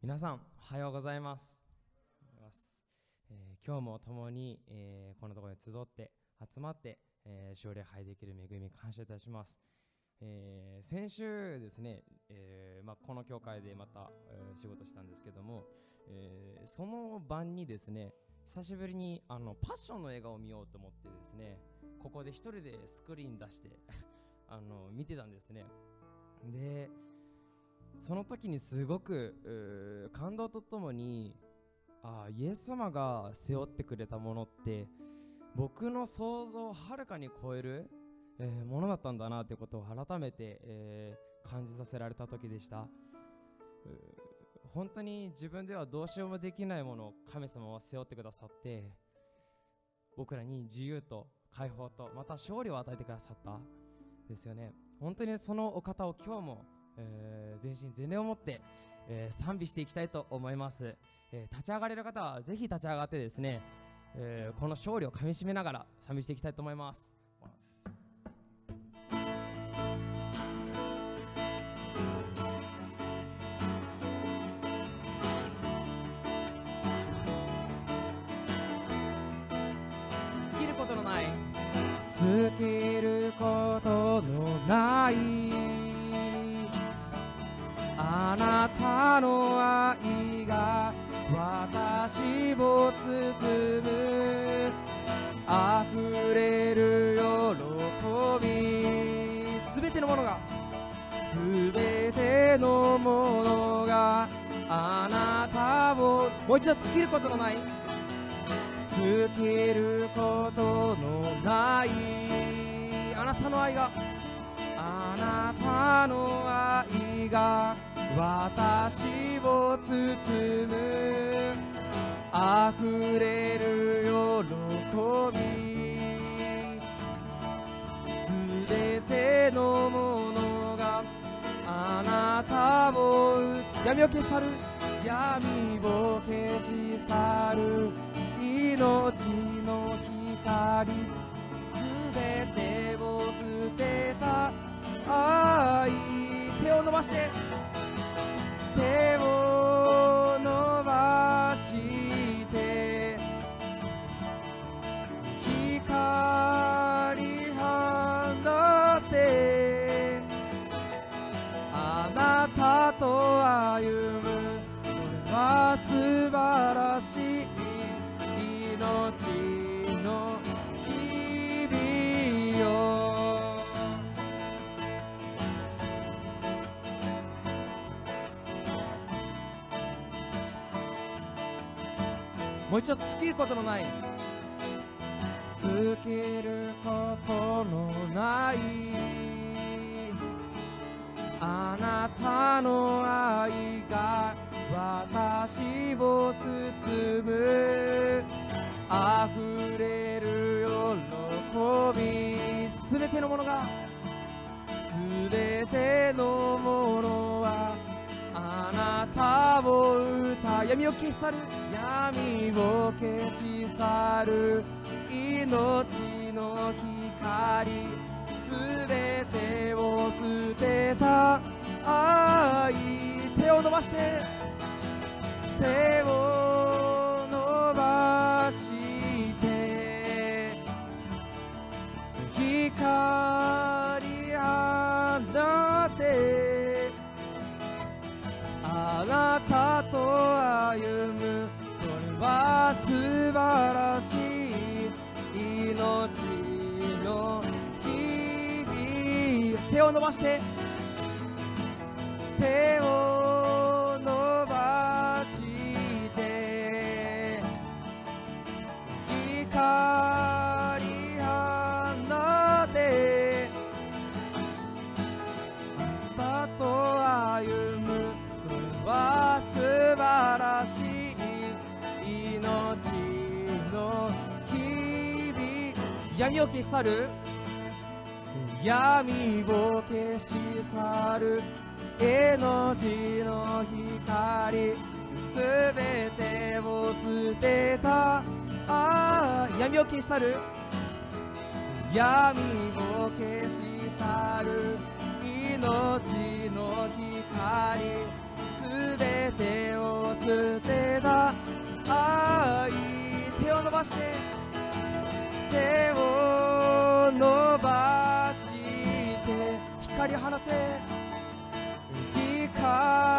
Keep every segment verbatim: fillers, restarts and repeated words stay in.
皆さんおはようございます。えー、今日も共に、えー、このところで集って集まって、えー、勝利拝できる恵み感謝いたします。えー、先週ですね、えーまあ、この教会でまた、えー、仕事したんですけども、えー、その晩にですね、久しぶりにあのパッションの映画を見ようと思ってですね、ここで一人でスクリーン出してあの見てたんですね。でその時にすごく感動とともに、ああイエス様が背負ってくれたものって僕の想像をはるかに超える、えー、ものだったんだなということを改めて、えー、感じさせられた時でした。本当に自分ではどうしようもできないものを神様は背負ってくださって、僕らに自由と解放とまた勝利を与えてくださったですよね。本当にそのお方を今日も、えー、全身全霊を持って、えー、賛美していきたいと思います。えー、立ち上がれる方はぜひ立ち上がってですね、えー、この勝利をかみしめながら賛美していきたいと思います。尽きることのない尽きることのないあなたの愛が私を包む、溢れる喜び、すべてのものがすべてのものがあなたを、もう一度尽きることのない尽きることのないあなたの愛があなたの愛が私を包む、溢れる喜び、すべてのものがあなたを闇を消し去る闇を消し去る命の光、すべてを捨てた愛、手を伸ばして手を伸ばして光放ってあなたと歩む、それは素晴らしい命の日々よ。もう一度尽きることのない尽きることのないあなたの愛が私を包む、溢れる喜び、すべてのものがすべてのものはあなたを歌、闇を消し去る闇を消し去る命の光、すべてを捨てた愛、手を伸ばして手を伸ばして光放ってあなたと歩む、それは素晴らしい命の日々、手を伸ばして手を伸ばして光放ってあなたと歩む、それは素晴らしい命の日々、闇を消し去る闇を消し去る命の光、すべてを捨てたあ闇を消し去る闇を消し去る命の光、 すべてを捨てた愛、手を伸ばして手を伸ばして光放て光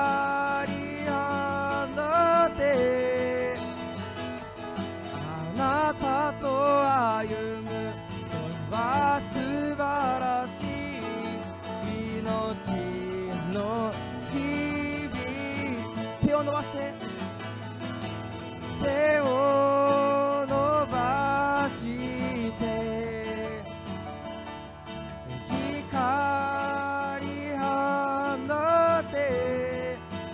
放てあなたと歩むのは素晴らしい命の日々、手を伸ばして手を伸ばして光放て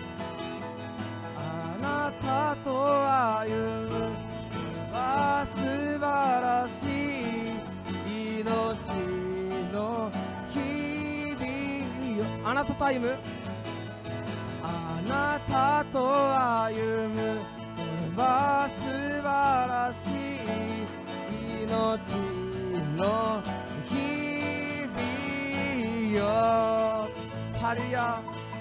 あなたと歩むそは素晴らしい命の日々よ、あなたと歩むあなたと歩むそは素晴らしい命の日々よ、ハレルヤ。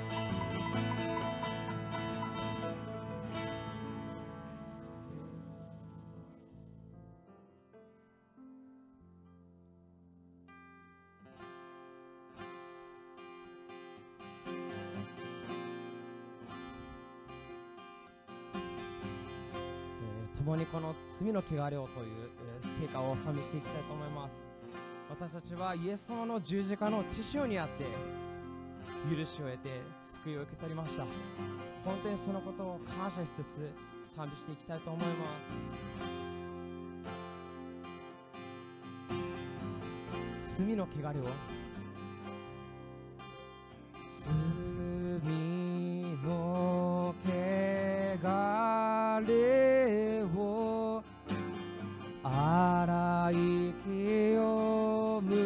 共にこの罪の汚れをという成果を賛美していきたいと思います。私たちはイエス様の十字架の血潮にあって許しを得て救いを受け取りました。本当にそのことを感謝しつつ賛美していきたいと思います。罪の汚れを罪の汚れを洗い清む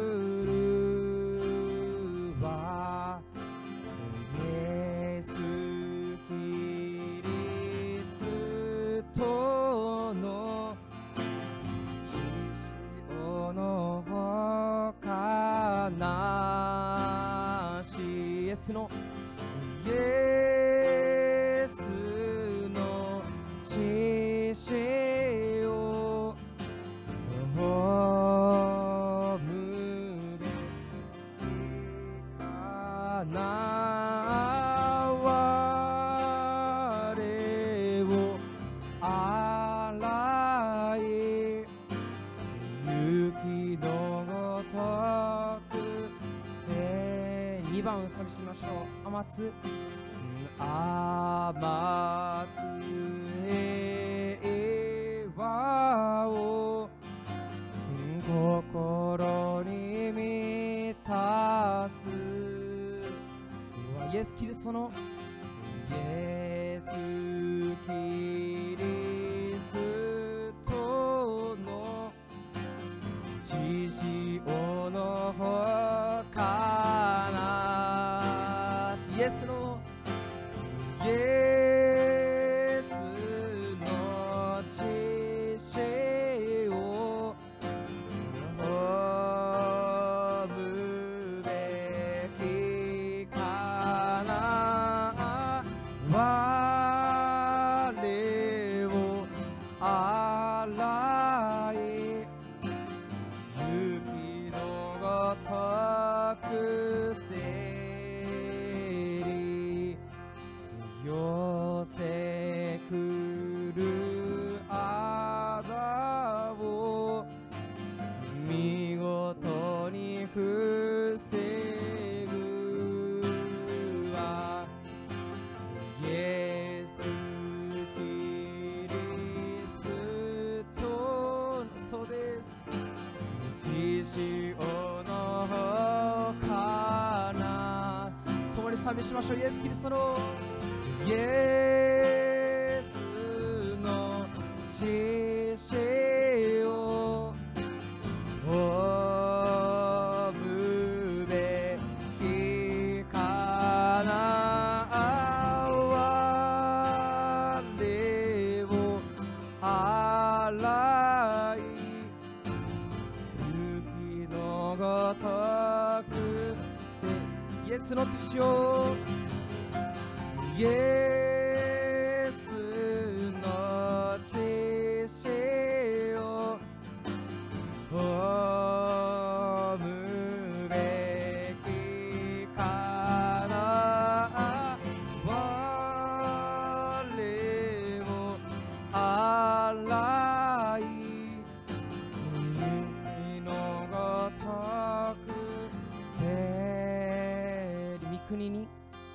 るはイエス・キリストの血潮の他なし、イエスのイエスの血潮をむべきかなわれを洗い雪のごとくせにばんサビしてみましょう。天津天津平和を心に満たすイエス・キリストのイエス・キリストの血潮の他なし、イエスのイエスの血潮をむべきかなわれを洗い雪のごとくせり寄せくるあばを見事に防ぐはイエス・キリストのそうです血潮の他な共に賛美しましょう。イエス・キリストのイエスの血潮をむべきかなわれを洗い雪のごとくせイエスの血潮イエスの血潮をむべきかな我を洗い海のごとくせり御国に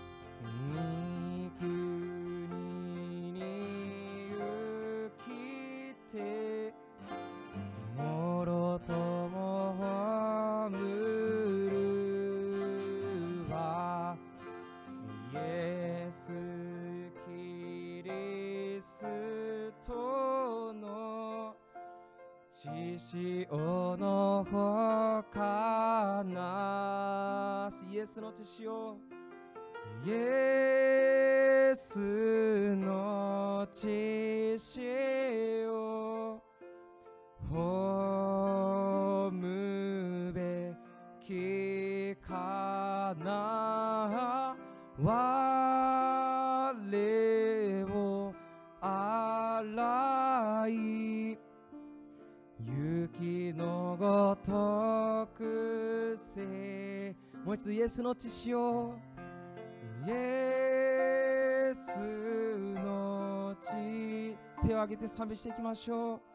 御国に行きてもろとも葬るはイエスキリストの血潮のほかなイエスの血潮イエスの血潮ほむべきかな我を洗い雪のごとくせもう一度イエスの血潮イエスの血手を挙げて賛美していきましょう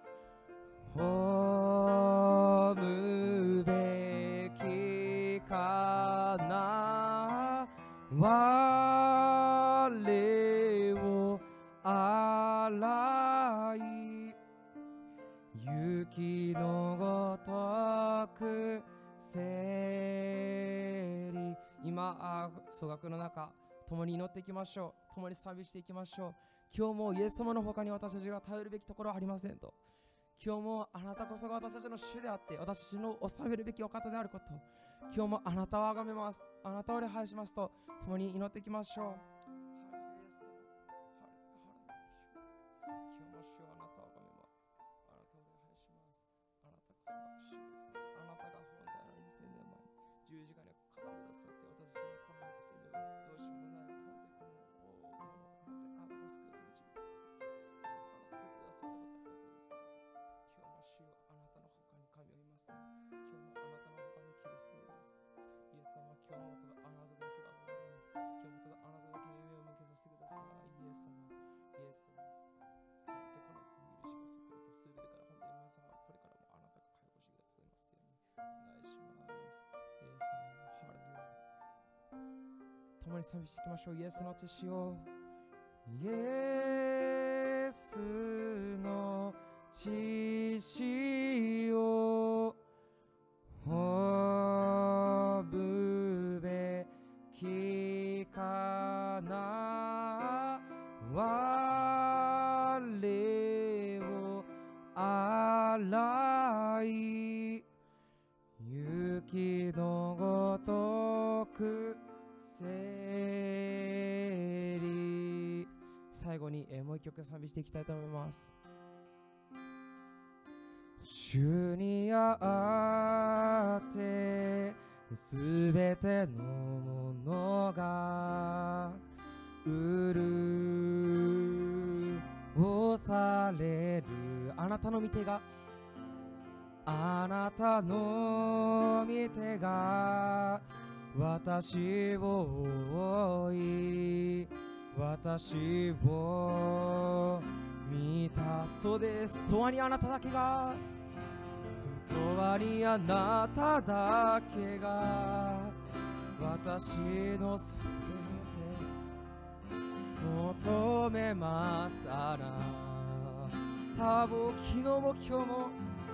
ほむべきかな我を洗い雪のごとくせり今総額の中共に祈っていきましょう共に賛美していきましょう今日もイエス様の他に私たちが頼るべきところはありませんと今日もあなたこそが私たちの主であって私たちの治めるべきお方であること今日もあなたをあがめますあなたを礼拝しますと共に祈っていきましょう今日も主はあなたをあがめますあなたを礼拝しますあなたこそが主ですあなたが本来のにせんねんまえに十字架にかかってくださって私たちのこの罪をどうしようもない本当にこのものを本当にあなたが救って導いてくださってそこから救ってくださったことありがとうございます今日も主よあなたの他に神はいません今日もあなたの他にキリストがいますイエス様今日もただあなただけがあります今日もただあなただけに目を向けさせてくださいイエス様イエス様本当にこの後に許しくださってください全てから本当に皆様これからもあなたが解放してくださいますようにお願いしますイエス様ハレルヤ共に賛美していきましょうイエスの血潮イエスの血潮ほぶべきかな我を洗い雪のごとくせり最後に、えー、もう一曲賛美していきたいと思います主にあってすべてのものが潤されるあなたの御手があなたの御手が私を覆い私を満たそうです永遠にあなただけが永遠にあなただけが私のすべて求めますあなたを昨日も今日も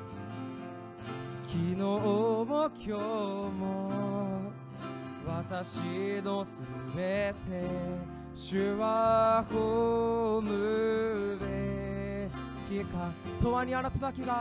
昨日も今日も私のすべて主は褒むべきか永遠にあなただけが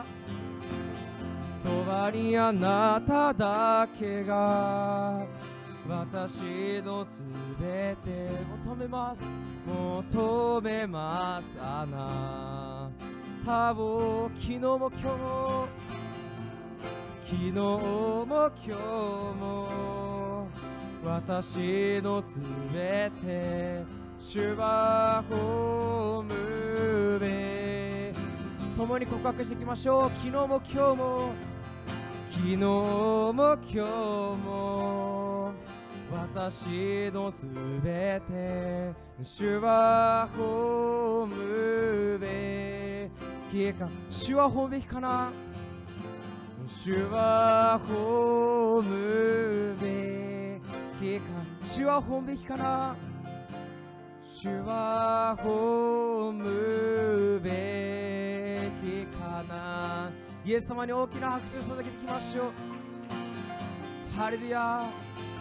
永遠にあなただけが私のすべて求めます求めますあなたを昨日も今日も昨日も今日も私のすべて主は褒むべ。共に告白していきましょう。昨日も今日も昨日も今日も私のすべて主は褒むべきか。主は褒むべきかな。主は褒むべきか。主は褒むべきかな。主は褒むべきかな。イエス様に大きな拍手を捧げていきましょう。ハレルヤ。ハ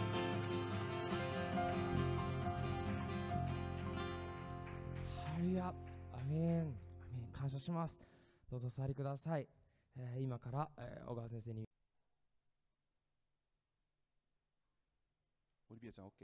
レルヤ。アメン。アメン。感謝します。どうぞお座りください。えー、今から、えー、小川先生に。 オリビアちゃん OK？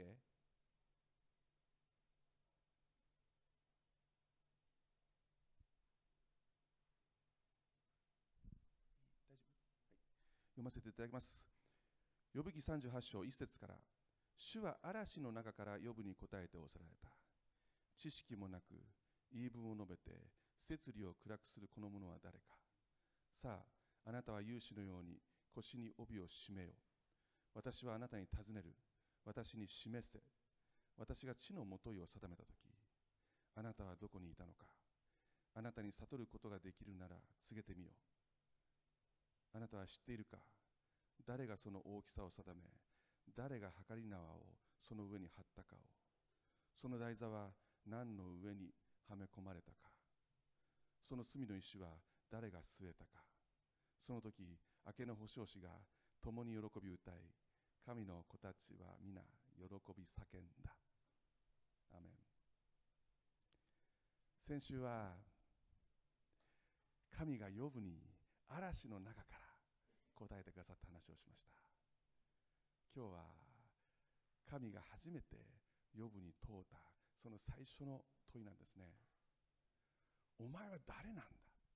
読ませていただきます。ヨブ記さんじゅうはち章いち節から、主は嵐の中からヨブに答えておさられた。知識もなく言い分を述べて摂理を暗くするこの者は誰か。さあ、あなたは勇士のように腰に帯を締めよ。私はあなたに尋ねる。私に示せ。私が地のもといを定めたとき、あなたはどこにいたのか。あなたに悟ることができるなら告げてみよ。あなたは知っているか。誰がその大きさを定め、誰が計り縄をその上に張ったかを。その台座は何の上にはめ込まれたか。その隅の石は誰が据えたか。その時、明けの保証子が共に喜び歌い、神の子たちは皆喜び叫んだ。アメン。先週は神がヨブに嵐の中から答えてくださった話をしました。今日は神が初めてヨブに問うたその最初の問いなんですね。お前は誰なんだ。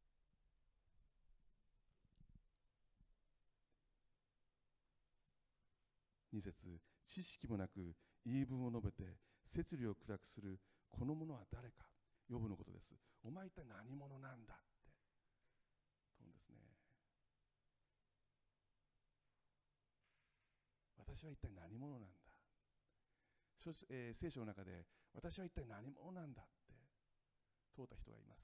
に節、知識もなく言い分を述べて摂理を暗くするこの者は誰か。ヨブのことです。お前一体何者なんだって問うんですね。私は一体何者なんだ。そして、えー、聖書の中で私は一体何者なんだって問うた人がいます。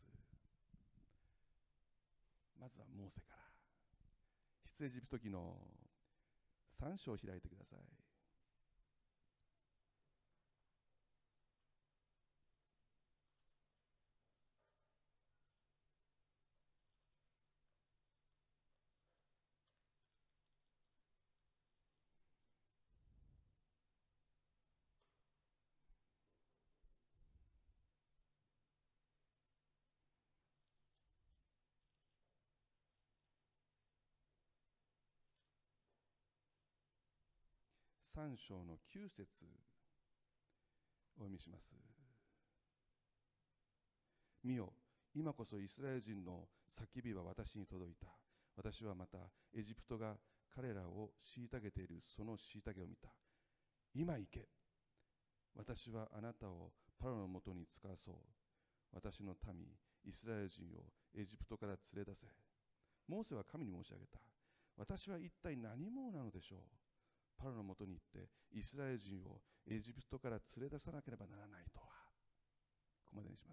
まずはモーセから。出エジプト記のさん章を開いてください。さん章のきゅう節お読みします。見よ、今こそイスラエル人の叫びは私に届いた。私はまたエジプトが彼らを虐げているその虐げを見た。今行け。私はあなたをパロのもとに使わそう。私の民イスラエル人をエジプトから連れ出せ。モーセは神に申し上げた。私は一体何者なのでしょう。パロのもとに行ってイスラエル人をエジプトから連れ出さなければならないとは。ここまでにします。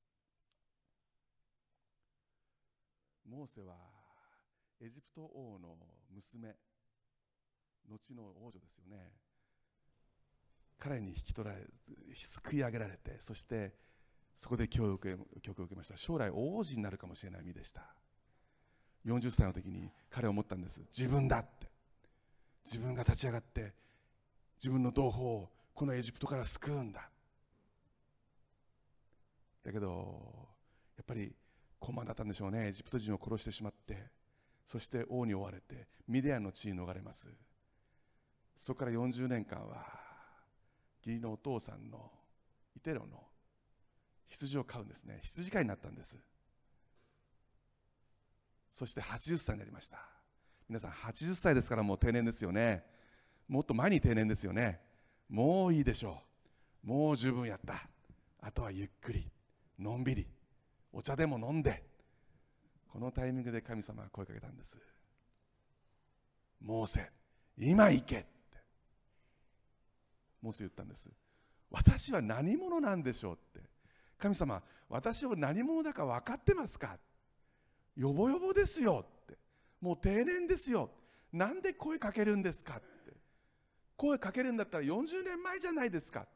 モーセはエジプト王の娘、後の王女ですよね。彼に引き取られ、救い上げられて、そしてそこで教育を受けました。将来王子になるかもしれない身でした。よんじゅっさいの時に彼は思ったんです。自分だって。自分が立ち上がって自分の同胞をこのエジプトから救うんだ。だけどやっぱり高慢だったんでしょうね。エジプト人を殺してしまって、そして王に追われてミディアンの地に逃れます。そこからよんじゅうねんかんは義理のお父さんのイテロの羊を飼うんですね。羊飼いになったんです。そしてはちじゅっさいになりました。皆さんはちじゅっさいですから、もう定年ですよね。もっと前に定年ですよね。もういいでしょう。もう十分やった。 あとはゆっくりのんびりお茶でも飲んで、このタイミングで神様が声かけたんです。モーセ、今行けってモーセ言ったんです。私は何者なんでしょうって。神様、私を何者だか分かってますか。よぼよぼですよって、もう定年ですよ、なんで声かけるんですかって。声かけるんだったらよんじゅうねんまえじゃないですかって。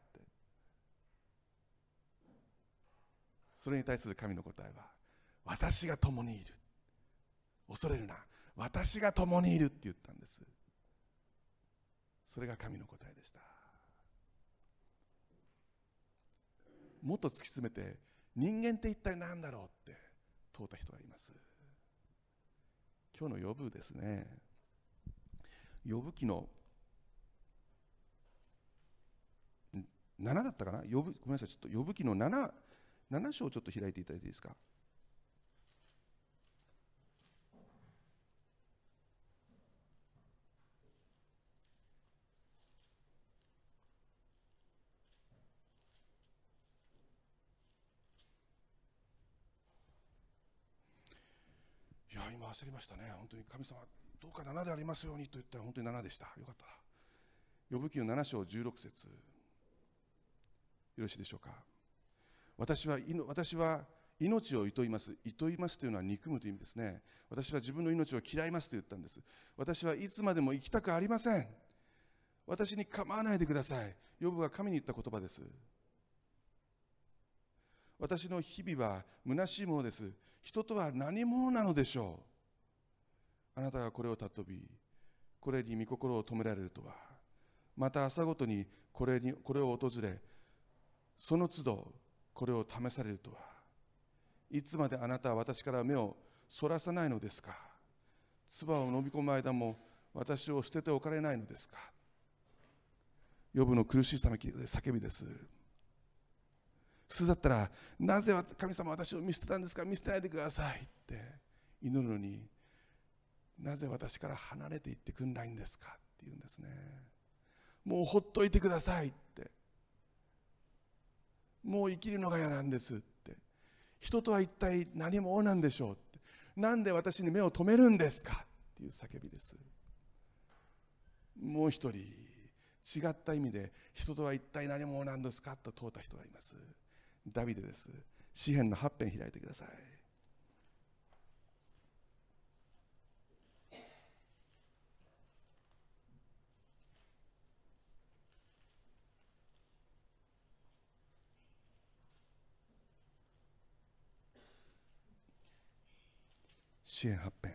それに対する神の答えは、私が共にいる、恐れるな、私が共にいるって言ったんです。それが神の答えでした。もっと突き詰めて、人間って一体何だろうって問うた人がいます。今日のヨブですね。ヨブ記のななだったかな。ヨブ、ごめんなさい、ちょっとヨブ記のなな、なな章をちょっと開いていただいていいですか。いや、今焦りましたね。本当に神様、どうかななでありますようにと言ったら本当にななでした。よかった。ヨブ記のなな章じゅうろく節、よろしいでしょうか。私は、私は命を厭います。厭いますというのは憎むという意味ですね。私は自分の命を嫌いますと言ったんです。私はいつまでも生きたくありません。私に構わないでください。ヨブは神に言った言葉です。私の日々は虚しいものです。人とは何者なのでしょう。あなたがこれを尊び、これに御心を止められるとは。また朝ごとにこれにこれを訪れ、その都度これを試されるとは。いつまであなたは私から目をそらさないのですか。唾を飲み込む間も私を捨てておかれないのですか。ヨブの苦しい叫びです。普通だったら、なぜ神様私を見捨てたんですか、見捨てないでくださいって祈るのに、なぜ私から離れていってくんないんですかって言うんですね。もうほっといてくださいって、もう生きるのが嫌なんですって、人とは一体何者なんでしょうって、なんで私に目を留めるんですかっていう叫びです。もう一人違った意味で、人とは一体何者なんですかと問うた人がいます。ダビデです。詩編のはち編開いてください。詩編はち編、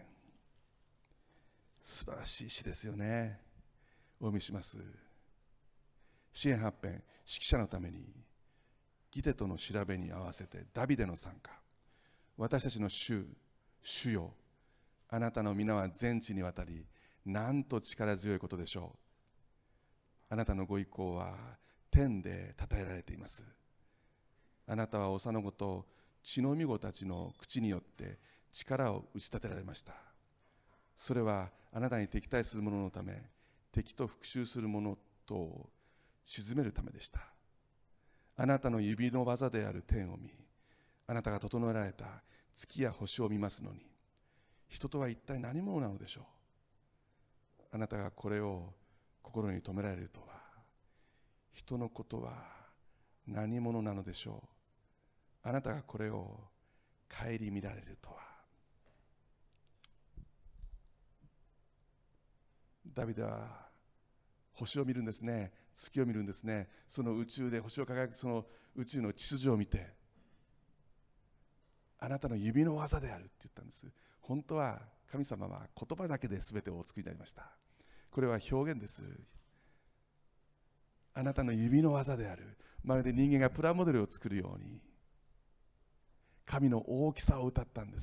素晴らしい詩ですよね。お読みします。詩編はち編、指揮者のためにギテトの調べに合わせてダビデの参加。私たちの主、主よ、あなたの皆は全地にわたり、なんと力強いことでしょう。あなたのご意向は天で称えられています。あなたは幼子と血のみ子たちの口によって力を打ち立てられました。それはあなたに敵対する者のため、敵と復讐する者とを鎮めるためでした。あなたの指の技である天を見、あなたが整えられた月や星を見ますのに、人とは一体何者なのでしょう。あなたがこれを心に留められるとは。人のことは何者なのでしょう。あなたがこれを顧みられるとは。ダビデは星を見るんですね。月を見るんですね。その宇宙で星を輝くその宇宙の秩序を見て、あなたの指の技であるって言ったんです。本当は神様は言葉だけで全てをお作りになりました。これは表現です。あなたの指の技である。まるで人間がプラモデルを作るように、神の大きさを歌ったんです。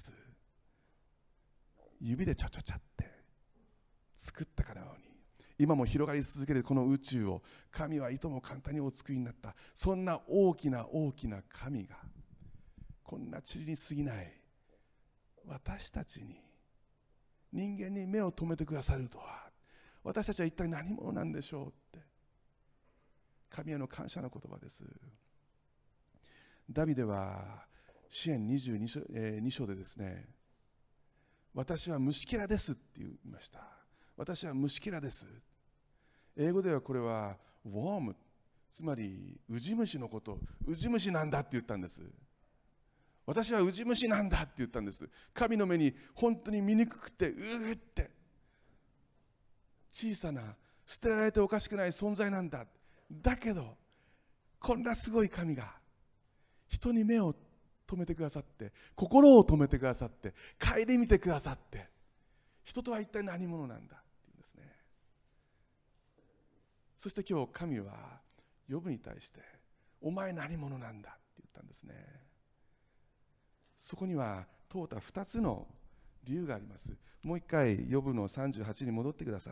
指でちょちょちょって作ったかのように、今も広がり続けるこの宇宙を神はいとも簡単にお作りになった。そんな大きな大きな神が、こんな塵に過ぎない私たちに、人間に目を留めてくださるとは。私たちは一体何者なんでしょうって、神への感謝の言葉です。 ダビデは詩編にじゅうに章、えー、に章でですね、私は虫けらですって言いました。私は虫けらです。英語ではこれはウォーム、つまりウジ虫のこと、ウジ虫なんだって言ったんです。私はウジ虫なんだって言ったんです。神の目に本当に醜くて、うーって小さな捨てられておかしくない存在なんだ。だけどこんなすごい神が人に目を止めてくださって、心を止めてくださって、顧みてくださって、人とは一体何者なんだっていうんですね。そして今日神はヨブに対して、お前何者なんだって言ったんですね。そこには問うたふたつの理由があります。もう一回ヨブのさんじゅうはちに戻ってください。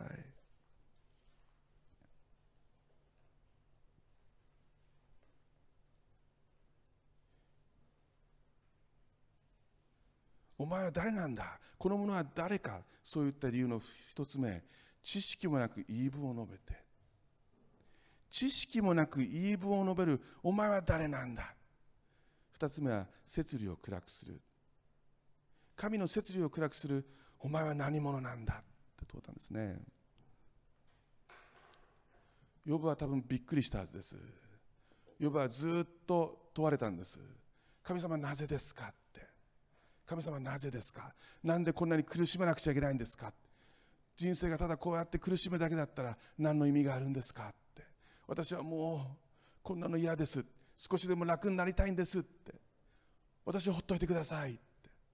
お前は誰なんだ、この者は誰か。そういった理由の一つ目、知識もなく言い分を述べて、知識もなく言い分を述べるお前は誰なんだ。二つ目は摂理を暗くする、神の摂理を暗くするお前は何者なんだって問うたんですね。ヨブは多分びっくりしたはずです。ヨブはずっと問われたんです。神様なぜですかって。神様なぜですか、なんでこんなに苦しまなくちゃいけないんですか、人生がただこうやって苦しむだけだったら何の意味があるんですかって。私はもうこんなの嫌です、少しでも楽になりたいんですって、私をほっといてくださいって。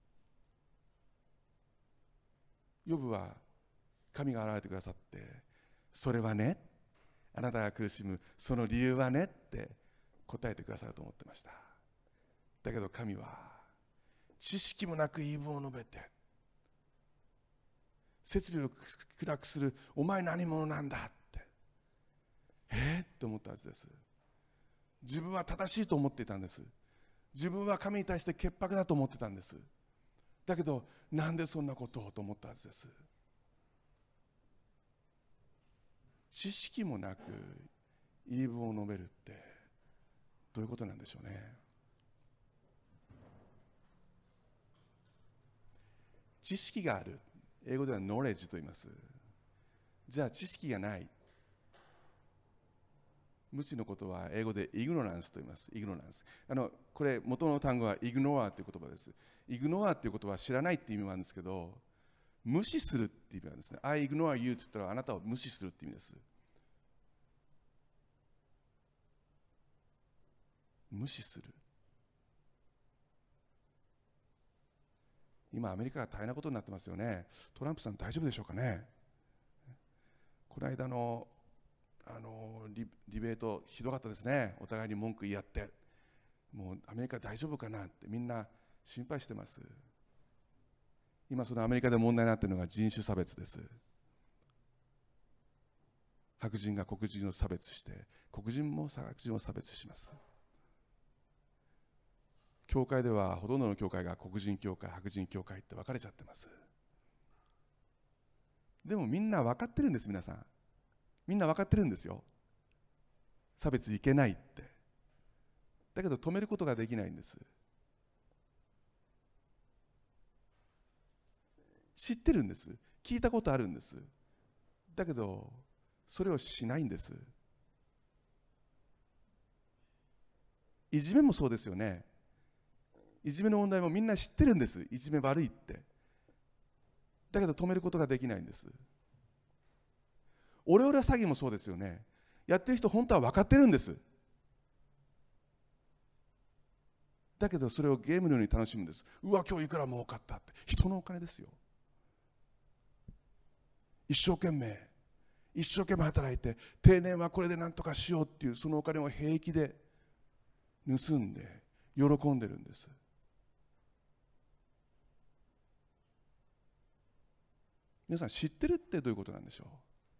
ヨブは神が現れてくださって、それはね、あなたが苦しむその理由はねって答えてくださると思ってました。だけど神は知識もなく言い分を述べて、摂理を暗くするお前何者なんだって、えー、って思ったはずです。自分は正しいと思っていたんです。自分は神に対して潔白だと思ってたんです。だけどなんでそんなことをと思ったはずです。知識もなく言い分を述べるってどういうことなんでしょうね。知識がある、英語ではノレッジと言います。じゃあ知識がない、無知のことは英語でイグノランスと言います。イグノランス、あのこれ元の単語はイグノアという言葉です。イグノアという言葉は知らないっていう意味もあるんですけど、無視するっていう意味なんですね。 I ignore you って言ったらあなたを無視するっていう意味です。無視する。今アメリカが大変なことになってますよね。トランプさん大丈夫でしょうかね。この間のあのディ、ディベートひどかったですね。お互いに文句言い合って、もうアメリカ大丈夫かなってみんな心配してます。今そのアメリカで問題になっているのが人種差別です。白人が黒人を差別して、黒人も白人を差別します。教会ではほとんどの教会が黒人教会、白人教会って分かれちゃってます。でもみんな分かってるんです。皆さんみんな分かってるんですよ。差別いけないって。だけど止めることができないんです。知ってるんです。聞いたことあるんです。だけどそれをしないんです。いじめもそうですよね。いじめの問題もみんな知ってるんです。いじめ悪いって。だけど止めることができないんです。オレオレ詐欺もそうですよね。やってる人本当は分かってるんです。だけどそれをゲームのように楽しむんです。うわ、今日いくら儲かったって。人のお金ですよ。一生懸命一生懸命働いて、定年はこれで何とかしようっていう、そのお金を平気で盗んで喜んでるんです。皆さん知ってるってどういうことなんでしょう。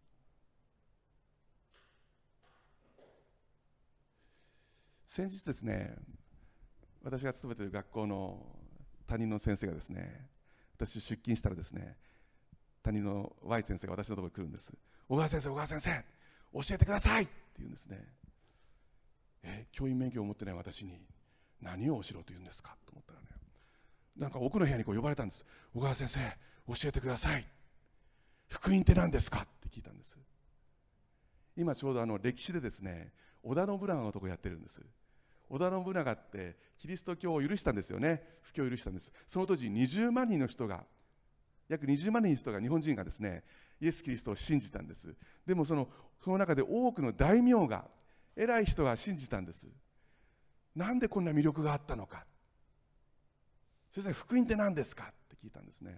先日ですね、私が勤めている学校の担任の先生がですね、私出勤したらですね、担任の Y 先生が私のところに来るんです。小川先生、小川先生、教えてくださいって言うんですね。え、教員免許を持ってない私に何をお城と言うんですかと思ったらね、なんか奥の部屋にこう呼ばれたんです。小川先生、教えてください。福音って何ですかって聞いたんです。今ちょうどあの歴史でですね、織田信長のとこやってるんです。織田信長ってキリスト教を許したんですよね。布教を許したんです。その当時にじゅうまんにんの人が、約にじゅうまんにんの人が、日本人がですね、イエス・キリストを信じたんです。でもそのその中で多くの大名が、偉い人が信じたんです。なんでこんな魅力があったのか。先生、福音って何ですかって聞いたんですね。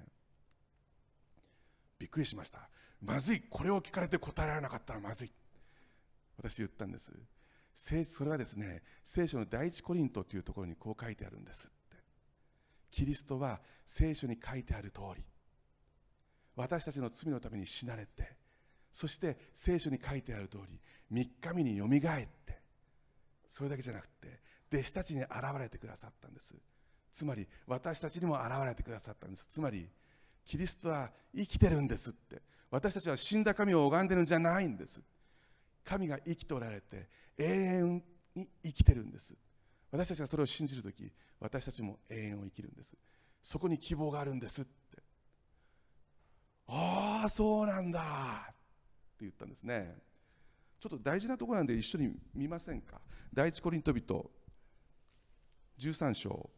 びっくりしました。まずい、これを聞かれて答えられなかったらまずい。私言ったんです。それはですね、聖書の第一コリントというところにこう書いてあるんですって。キリストは聖書に書いてある通り、私たちの罪のために死なれて、そして聖書に書いてある通り、みっかめによみがえって、それだけじゃなくて、弟子たちに現れてくださったんです。つまり、私たちにも現れてくださったんです。つまり、キリストは生きてるんですって。私たちは死んだ神を拝んでるんじゃないんです。神が生きておられて、永遠に生きてるんです。私たちがそれを信じるとき、私たちも永遠を生きるんです。そこに希望があるんですって。ああ、そうなんだって言ったんですね。ちょっと大事なところなんで一緒に見ませんか。第一コリント人じゅうさん章。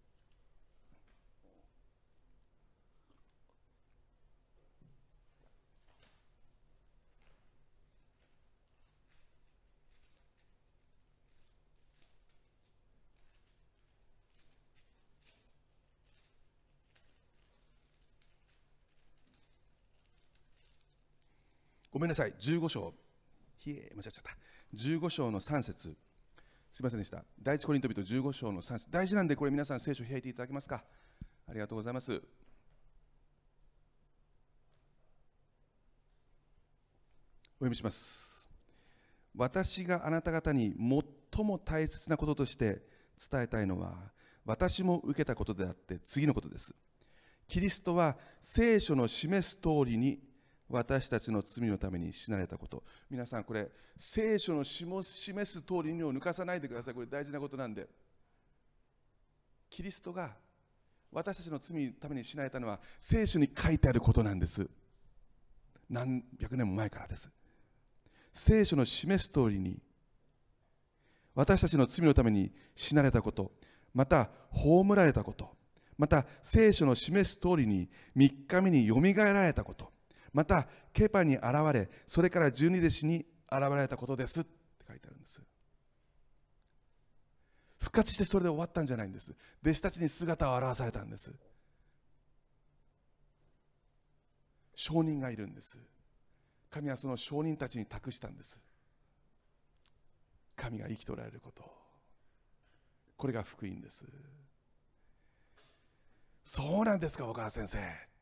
ごめんなさい、じゅうご章。ひえ、間違っちゃった。じゅうご章のさん節。すみませんでした。第一コリント人じゅうご章のさん節。大事なんで、これ皆さん聖書を開いていただけますか。ありがとうございます。お読みします。私があなた方に最も大切なこととして伝えたいのは、私も受けたことであって次のことです。キリストは聖書の示す通りに私たちの罪のために死なれたこと。皆さん、これ聖書の示す通りにを抜かさないでください。これ大事なことなんで。キリストが私たちの罪のために死なれたのは聖書に書いてあることなんです。何百年も前からです。聖書の示す通りに私たちの罪のために死なれたこと、また葬られたこと、また聖書の示す通りにみっかめによみがえられたこと、またケパに現れ、それから十二弟子に現れられたことですって書いてあるんです。復活してそれで終わったんじゃないんです。弟子たちに姿を現されたんです。証人がいるんです。神はその証人たちに託したんです。神が生きておられること、これが福音です。そうなんですか、小川先生。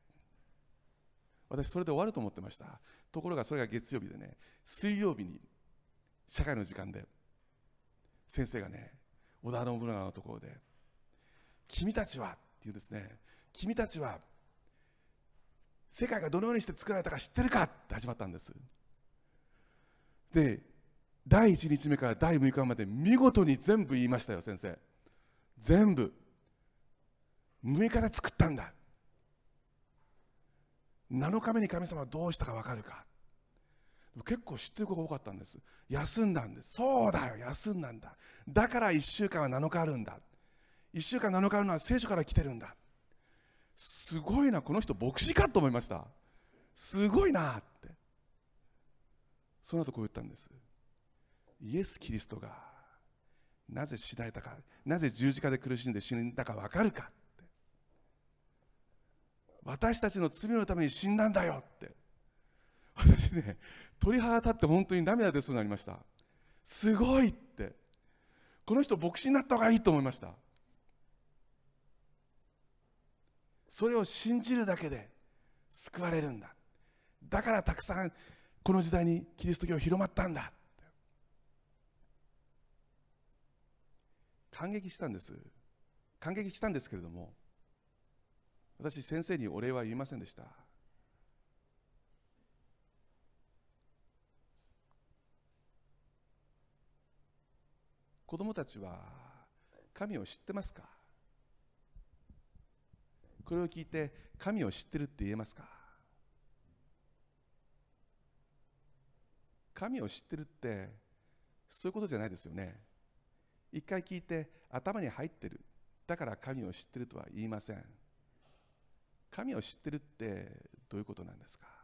私それで終わると思ってました。ところがそれが月曜日でね、水曜日に社会の時間で先生がね、織田信長のところで、君たちはって言うんですね。君たちは世界がどのようにして作られたか知ってるかって始まったんです。で、だいいちにちめからだいむいかまで見事に全部言いましたよ、先生。全部むいかで作ったんだ。なのかめに神様はどうしたか分かるか。結構知ってる子が多かったんです。休んだんです。そうだよ、休んだんだ。だからいっしゅうかんはなのかあるんだ。いっしゅうかんなのかあるのは聖書から来てるんだ。すごいな、この人牧師かと思いました。すごいなって。その後こう言ったんです。イエス・キリストがなぜ死なれたか、なぜ十字架で苦しんで死んだか分かるかって。私たちの罪のために死んだんだよって。私ね、鳥肌立って本当に涙出そうになりました。すごいって。この人牧師になった方がいいと思いました。それを信じるだけで救われるんだ。だからたくさんこの時代にキリスト教広まったんだ。感激したんです。感激したんですけれども、私先生にお礼は言いませんでした。子供たちは神を知ってますか？これを聞いて神を知ってるって言えますか？神を知ってるってそういうことじゃないですよね。一回聞いて頭に入ってる、だから神を知ってるとは言いません。神を知ってるってどういうことなんですか？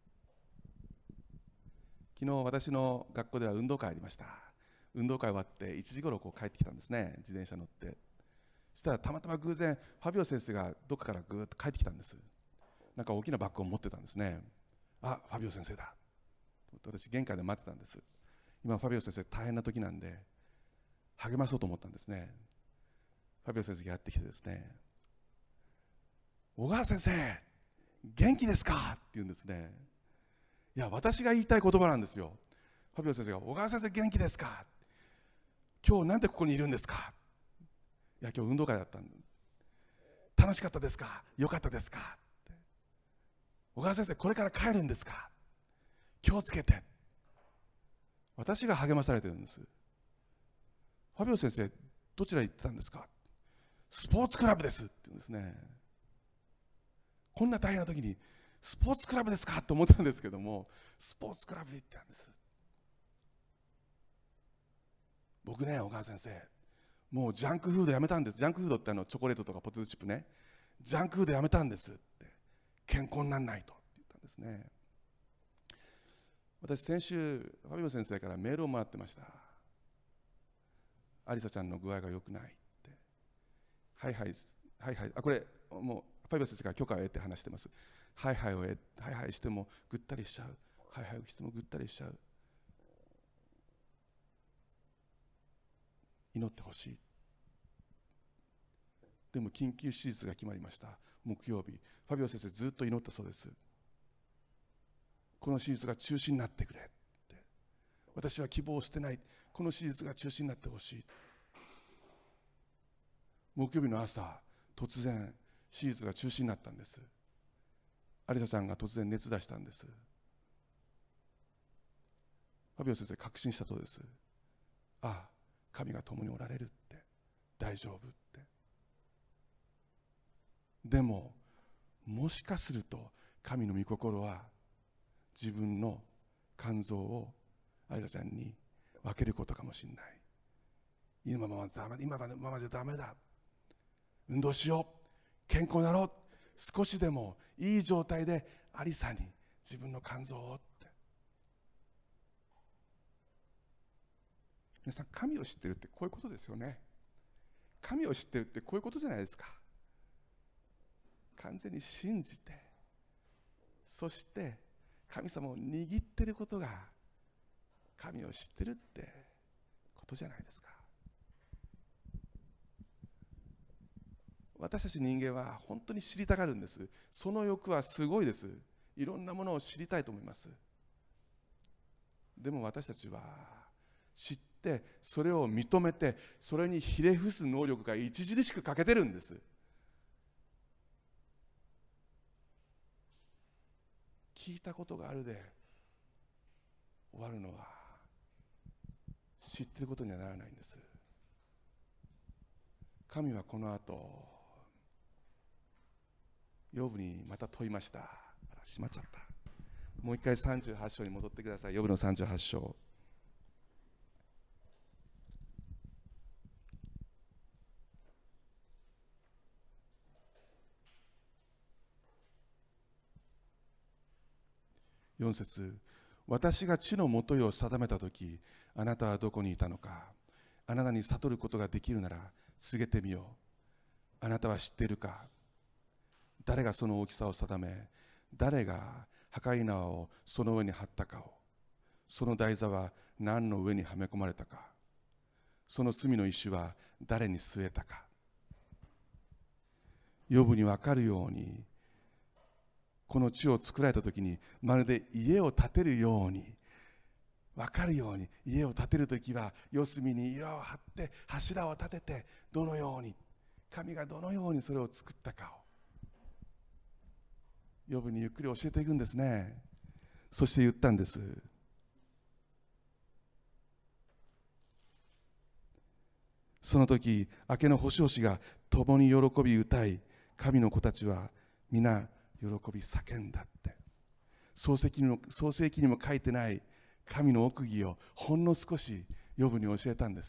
昨日私の学校では運動会ありました。運動会終わっていちじ頃こう帰ってきたんですね、自転車乗って。そしたらたまたま偶然ファビオ先生がどっかからぐーっと帰ってきたんです。なんか大きなバッグを持ってたんですね。あ、ファビオ先生だ。私玄関で待ってたんです。今ファビオ先生大変な時なんで励まそうと思ったんですね。ファビオ先生がやってきてですね、小川先生元気ですかって言うんですね。いや、私が言いたい言葉なんですよ。ファビオ先生が、小川先生元気ですか、今日なんでここにいるんですか。いや、今日運動会だったんで。楽しかったですか、よかったですかって。小川先生これから帰るんですか、気をつけて。私が励まされてるんです。ファビオ先生どちらに行ってたんですか。スポーツクラブですって言うんですね。こんな大変な時にスポーツクラブですかと思ったんですけども、スポーツクラブで行ってたんです。僕ね、小川先生もうジャンクフードやめたんです。ジャンクフードってあのチョコレートとかポテトチップね、ジャンクフードやめたんですって。健康にならないとって言ったんですね。私先週ファビオ先生からメールをもらってました。アリサちゃんの具合が良くないって。はいはいはいはい、あ、これもうファビオ先生から許可を得て話してます。はいはいを得はいはいしてもぐったりしちゃう、はいはいしてもぐったりしちゃう、祈ってほしい。でも緊急手術が決まりました。木曜日ファビオ先生ずっと祈ったそうです。この手術が中止になってくれって。私は希望を捨てない。この手術が中止になってほしい。木曜日の朝突然手術が中止になったんです。アリサちゃんが突然熱出したんです。ファビオ先生確信したそうです。ああ、神が共におられるって、大丈夫って。でももしかすると神の御心は自分の肝臓をアリサちゃんに分けることかもしれない。今ままダメ、今ままじゃダメだ、運動しよう、健康になろう、少しでもいい状態でアリサに自分の肝臓をって。皆さん、神を知ってるってこういうことですよね。神を知ってるってこういうことじゃないですか。完全に信じて、そして神様を握っていることが神を知ってるってことじゃないですか。私たち人間は本当に知りたがるんです。その欲はすごいです。いろんなものを知りたいと思います。でも私たちは知ってそれを認めて、それにひれ伏す能力が著しく欠けてるんです。聞いたことがあるで終わるのは知ってることにはならないんです。神はこの後ヨブにまた問いました。あら、しまっちゃった。もう一回さんじゅうはち章に戻ってください。ヨブのさんじゅうはち章。よん節、私が地のもといを定めたとき、あなたはどこにいたのか。あなたに悟ることができるなら告げてみよう。あなたは知っているか。誰がその大きさを定め、誰が破壊縄をその上に張ったかを、その台座は何の上にはめ込まれたか、その隅の石は誰に据えたか。ヨブに分かるように、この地を作られたときにまるで家を建てるように、分かるように、家を建てるときは四隅に岩を張って柱を立てて、どのように神がどのようにそれを作ったかをヨブにゆっくり教えていくんですね。そして言ったんです。 その時明けの星々が共に喜び歌い、神の子たちは皆喜び叫んだって。創世記にも、創世記にも書いてない神の奥義をほんの少しヨブに教えたんです。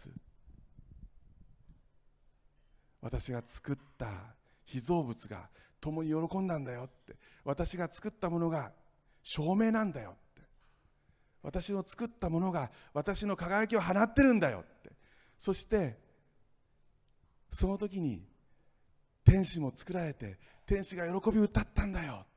私が作った被造物が共に喜んだんだよって。私が作ったものが証明なんだよって。私の作ったものが私の輝きを放ってるんだよって。そしてその時に天使も作られて、天使が喜び歌ったんだよって。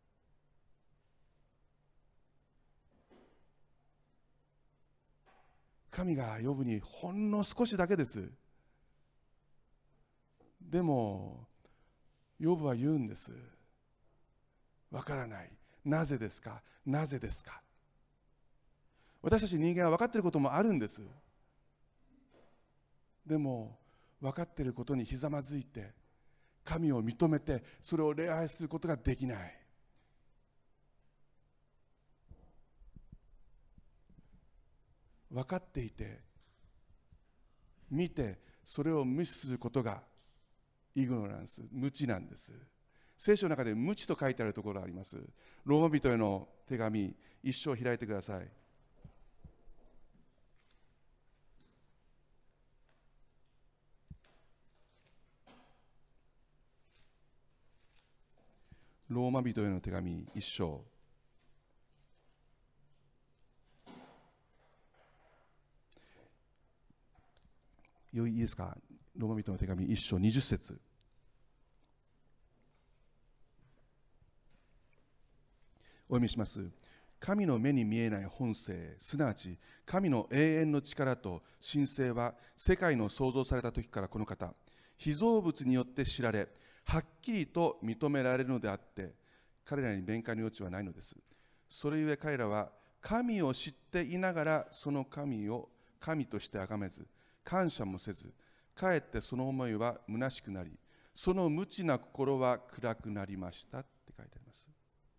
神がヨブにほんの少しだけです。でもヨブは言うんです。わからない。なぜですか、なぜですか。私たち人間は分かっていることもあるんです。でも分かっていることにひざまずいて、神を認めてそれを礼拝することができない。分かっていて見てそれを無視することがイグノランス、無知なんです。聖書の中で無知と書いてあるところがあります。ローマ人への手紙一章開いてください。ローマ人への手紙一章よいいですか。ローマ人の手紙一章二十節。お読みします。神の目に見えない本性、すなわち神の永遠の力と神性は世界の創造された時からこの方、被造物によって知られ、はっきりと認められるのであって、彼らに弁解の余地はないのです。それゆえ彼らは神を知っていながらその神を神として崇めず、感謝もせず、かえってその思いは虚しくなり、その無知な心は暗くなりましたって書いてあります。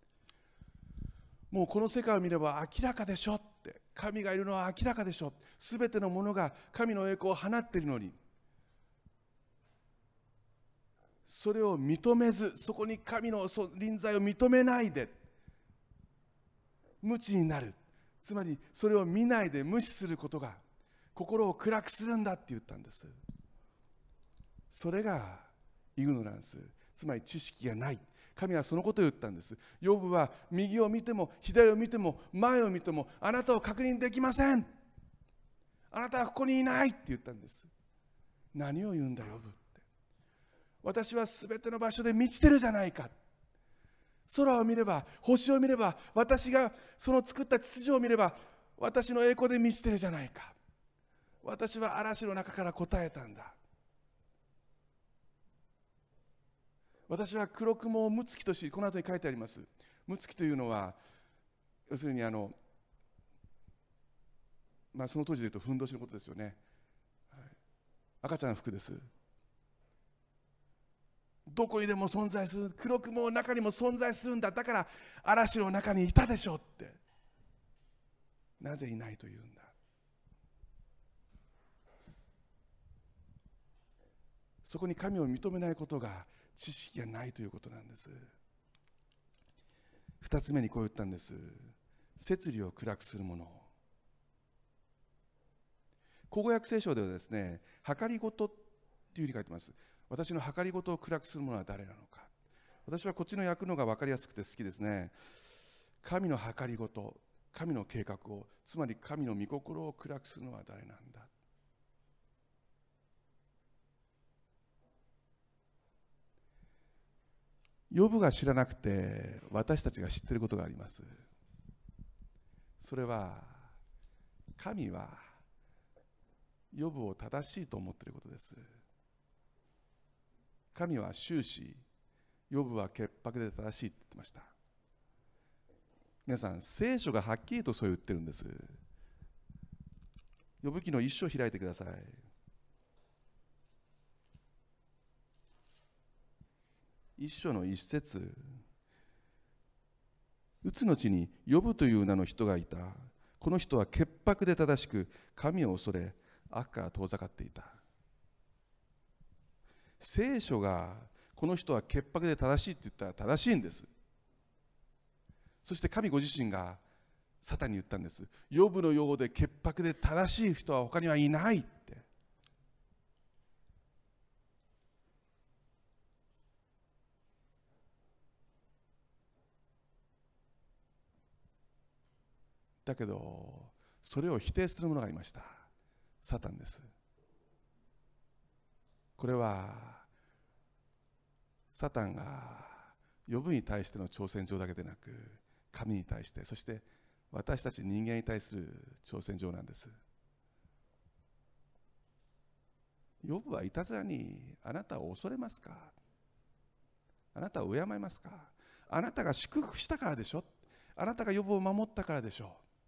もうこの世界を見れば明らかでしょって、神がいるのは明らかでしょ、すべてのものが神の栄光を放っているのに、それを認めず、そこに神の臨在を認めないで無知になる。つまりそれを見ないで無視することが心を暗くするんだって言ったんです。それがイグノランス、つまり知識がない。神はそのことを言ったんです。ヨブは右を見ても左を見ても前を見てもあなたを確認できません。あなたはここにいないって言ったんです。何を言うんだヨブって。私はすべての場所で満ちてるじゃないか。空を見れば星を見れば、私がその作った秩序を見れば私の栄光で満ちてるじゃないか。私は嵐の中から答えたんだ。私は黒雲を六月とし、この後に書いてあります。六月というのは要するにあの、まあ、その当時でいうとふんどしのことですよね、はい、赤ちゃんの服です。どこにでも存在する、黒雲の中にも存在するんだ。だから嵐の中にいたでしょって。なぜいないというんだ。そこに神を認めないことが知識がないということなんです。二つ目にこう言ったんです。摂理を暗くするもの。口語訳聖書ではですね、計りごとっていうふうに書いてます。私の計りごとを暗くするものは誰なのか。私はこっちの訳のが分かりやすくて好きですね。神の計りごと、神の計画を、つまり神の御心を暗くするのは誰なんだ。ヨブが知らなくて私たちが知っていることがあります。それは神はヨブを正しいと思っていることです。神は終始ヨブは潔白で正しいって言ってました。皆さん、聖書がはっきりとそう言ってるんです。ヨブ記の一章開いてください。一章の一節。うつの地にヨブという名の人がいた。この人は潔白で正しく、神を恐れ悪から遠ざかっていた。 聖書がこの人は潔白で正しいって言ったら正しいんです。そして神ご自身がサタンに言ったんです。ヨブのようで潔白で正しい人は他にはいないって。だけどそれを否定する者がいました。サタンです。これはサタンがヨブに対しての挑戦状だけでなく、神に対して、そして私たち人間に対する挑戦状なんです。ヨブはいたずらにあなたを恐れますか？あなたを敬いますか？あなたが祝福したからでしょ？あなたがヨブを守ったからでしょう。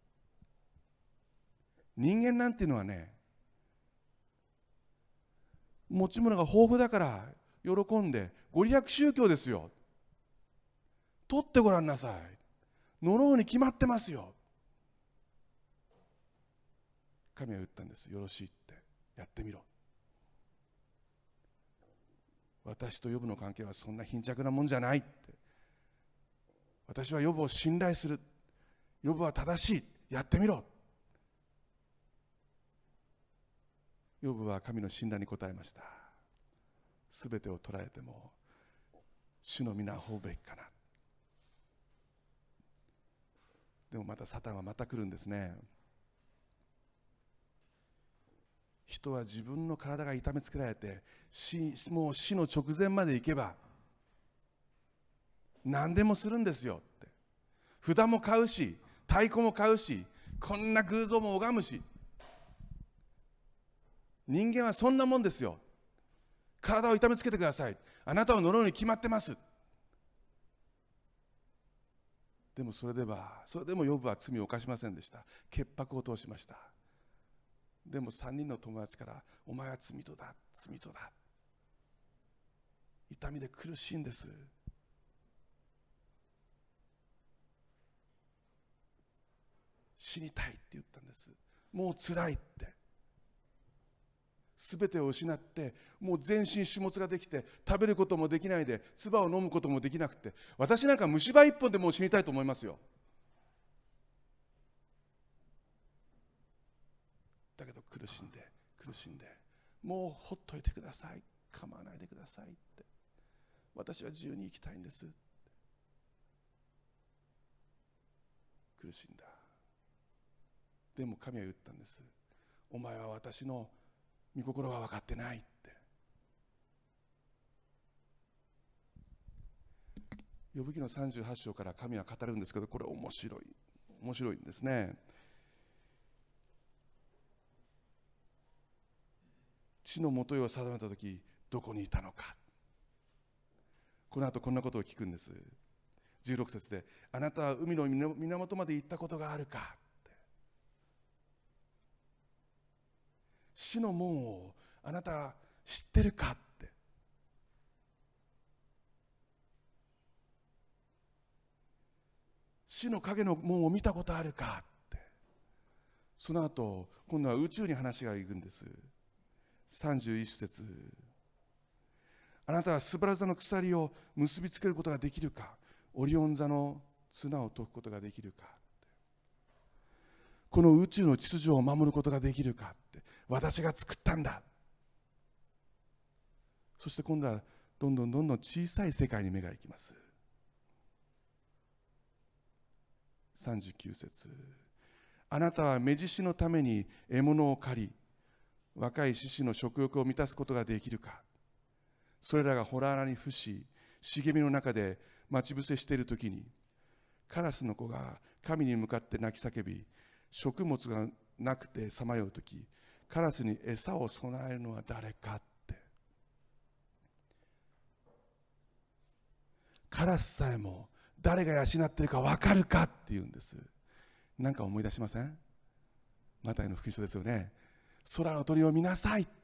人間なんていうのはね、持ち物が豊富だから喜んで、ご利益宗教ですよ。取ってごらんなさい。呪うに決まってますよ。神は言ったんです。よろしいって、やってみろ。私とヨブの関係はそんな貧弱なもんじゃないって。私はヨブを信頼する。ヨブは正しい。やってみろ。ヨブは神の信頼に応えました。すべてを捉えても主の皆を追うべきかな。でもまたサタンはまた来るんですね。人は自分の体が痛めつけられて死、もう死の直前まで行けば何でもするんですよって。札も買うし、太鼓も買うし、こんな偶像も拝むし。人間はそんなもんですよ。体を痛めつけてください。あなたを呪うに決まってます。でもそれでは、それでもヨブは罪を犯しませんでした。潔白を通しました。でも三人の友達から、お前は罪人だ、罪人だ。痛みで苦しいんです。死にたいって言ったんです。もう辛いって。すべてを失って、もう全身死物ができて、食べることもできないで、唾を飲むこともできなくて、私なんか虫歯一本でもう死にたいと思いますよ。だけど苦しんで苦しんで、もうほっといてください、構わないでくださいって、私は自由に生きたいんです。苦しんだ。でも神は言ったんです。お前は私の御心が分かってないって。ヨブ記のさんじゅうはち章から神は語るんですけど、これ面白い面白いんですね。地の元を定めたとき、どこにいたのか。この後こんなことを聞くんです。じゅうろく節で、あなたは海の源まで行ったことがあるかって。死の門をあなたは知ってるかって。死の影の門を見たことあるかって。その後今度は宇宙に話がいくんです。さんじゅういち節、あなたはスバル座の鎖を結びつけることができるか、オリオン座の綱を解くことができるか、この宇宙の秩序を守ることができるかって。私が作ったんだ。そして今度はどんどんどんどん小さい世界に目が行きます。さんじゅうきゅう節、あなたは目獅子のために獲物を狩り、若い獅子の食欲を満たすことができるか。それらが洞穴に伏し、茂みの中で待ち伏せしているときに、カラスの子が神に向かって泣き叫び、食物がなくてさまようとき、カラスに餌を備えるのは誰かって。カラスさえも誰が養っているか分かるかって言うんです。なんか思い出しません？マタイの福音書ですよね。空の鳥を見なさいって。